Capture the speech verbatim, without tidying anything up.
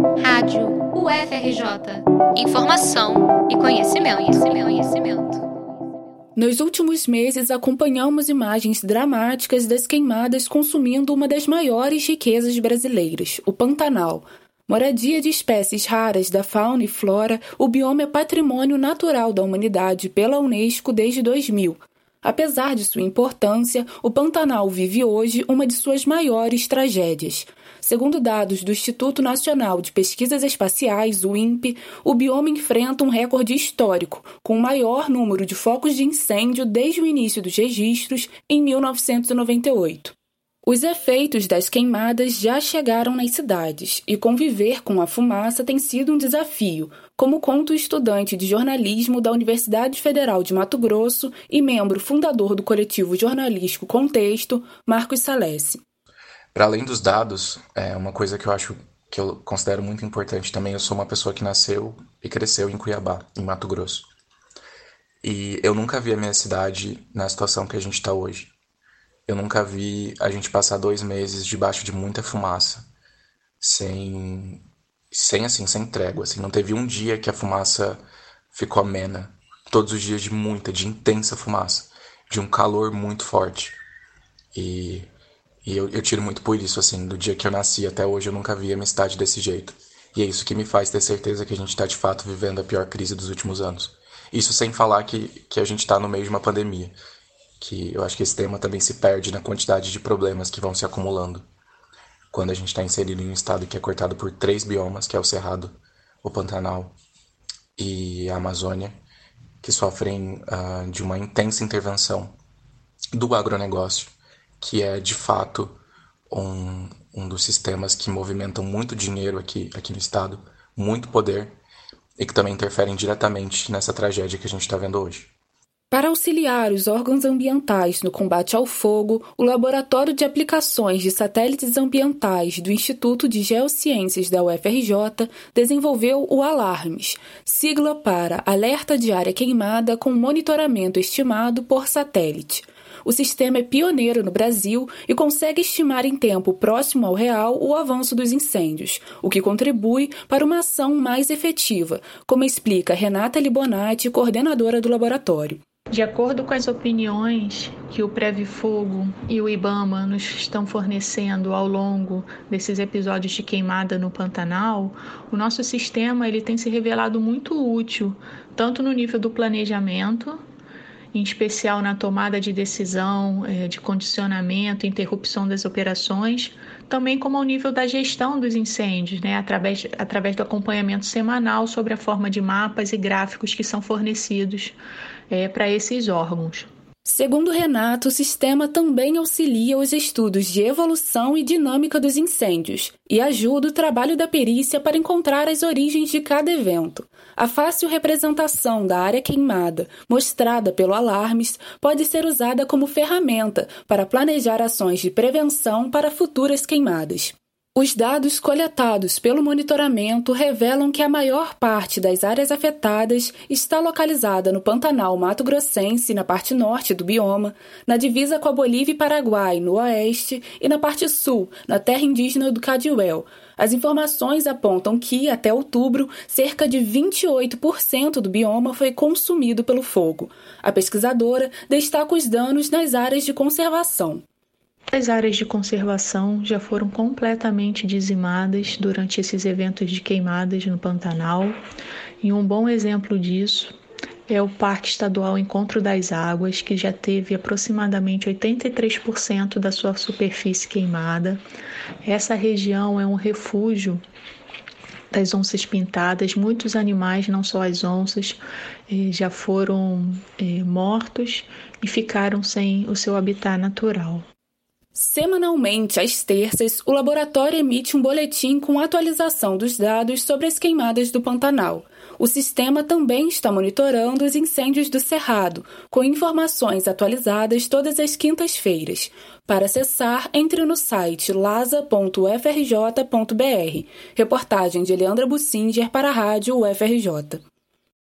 Rádio U F R J. Informação e conhecimento, conhecimento, conhecimento. Nos últimos meses, acompanhamos imagens dramáticas das queimadas consumindo uma das maiores riquezas brasileiras, o Pantanal. Moradia de espécies raras da fauna e flora, o bioma é patrimônio natural da humanidade pela Unesco desde dois mil. Apesar de sua importância, o Pantanal vive hoje uma de suas maiores tragédias. Segundo dados do Instituto Nacional de Pesquisas Espaciais, o INPE, o bioma enfrenta um recorde histórico, com o maior número de focos de incêndio desde o início dos registros, em mil novecentos e noventa e oito. Os efeitos das queimadas já chegaram nas cidades, e conviver com a fumaça tem sido um desafio, como conta o estudante de jornalismo da Universidade Federal de Mato Grosso e membro fundador do coletivo jornalístico Contexto, Marcos Salesi. Para além dos dados, é uma coisa que eu acho que eu considero muito importante também, eu sou uma pessoa que nasceu e cresceu em Cuiabá, em Mato Grosso. E eu nunca vi a minha cidade na situação que a gente está hoje. Eu nunca vi a gente passar dois meses debaixo de muita fumaça, sem, sem assim, sem trégua. Assim, não teve um dia que a fumaça ficou amena. Todos os dias de muita, de intensa fumaça, de um calor muito forte. E, e eu, eu tiro muito por isso, assim, do dia que eu nasci até hoje eu nunca vi a minha cidade desse jeito. E é isso que me faz ter certeza que a gente está de fato vivendo a pior crise dos últimos anos. Isso sem falar que, que a gente está no meio de uma pandemia. Que eu acho que esse tema também se perde na quantidade de problemas que vão se acumulando quando a gente está inserido em um estado que é cortado por três biomas, que é o Cerrado, o Pantanal e a Amazônia, que sofrem uh, de uma intensa intervenção do agronegócio, que é, de fato, um, um dos sistemas que movimentam muito dinheiro aqui, aqui no estado, muito poder, e que também interferem diretamente nessa tragédia que a gente está vendo hoje. Para auxiliar os órgãos ambientais no combate ao fogo, o Laboratório de Aplicações de Satélites Ambientais do Instituto de Geociências da U F R J desenvolveu o ALARMES, sigla para Alerta de Área Queimada com Monitoramento Estimado por Satélite. O sistema é pioneiro no Brasil e consegue estimar em tempo próximo ao real o avanço dos incêndios, o que contribui para uma ação mais efetiva, como explica Renata Libonati, coordenadora do laboratório. De acordo com as opiniões que o Previfogo e o IBAMA nos estão fornecendo ao longo desses episódios de queimada no Pantanal, o nosso sistema ele tem se revelado muito útil, tanto no nível do planejamento, em especial na tomada de decisão, de condicionamento e interrupção das operações, também como ao nível da gestão dos incêndios, né, através, através do acompanhamento semanal sobre a forma de mapas e gráficos que são fornecidos é, para esses órgãos. Segundo Renato, o sistema também auxilia os estudos de evolução e dinâmica dos incêndios e ajuda o trabalho da perícia para encontrar as origens de cada evento. A fácil representação da área queimada, mostrada pelo Alarmes, pode ser usada como ferramenta para planejar ações de prevenção para futuras queimadas. Os dados coletados pelo monitoramento revelam que a maior parte das áreas afetadas está localizada no Pantanal Mato-Grossense, na parte norte do bioma, na divisa com a Bolívia e Paraguai, no oeste, e na parte sul, na terra indígena do Cadiuel. As informações apontam que, até outubro, cerca de vinte e oito por cento do bioma foi consumido pelo fogo. A pesquisadora destaca os danos nas áreas de conservação. As áreas de conservação já foram completamente dizimadas durante esses eventos de queimadas no Pantanal, e um bom exemplo disso é o Parque Estadual Encontro das Águas, que já teve aproximadamente oitenta e três por cento da sua superfície queimada. Essa região é um refúgio das onças pintadas. Muitos animais, não só as onças, já foram mortos e ficaram sem o seu habitat natural. Semanalmente, às terças, o laboratório emite um boletim com atualização dos dados sobre as queimadas do Pantanal. O sistema também está monitorando os incêndios do Cerrado, com informações atualizadas todas as quintas-feiras. Para acessar, entre no site lasa ponto u f r j ponto b r. Reportagem de Leandra Bussinger para a Rádio U F R J.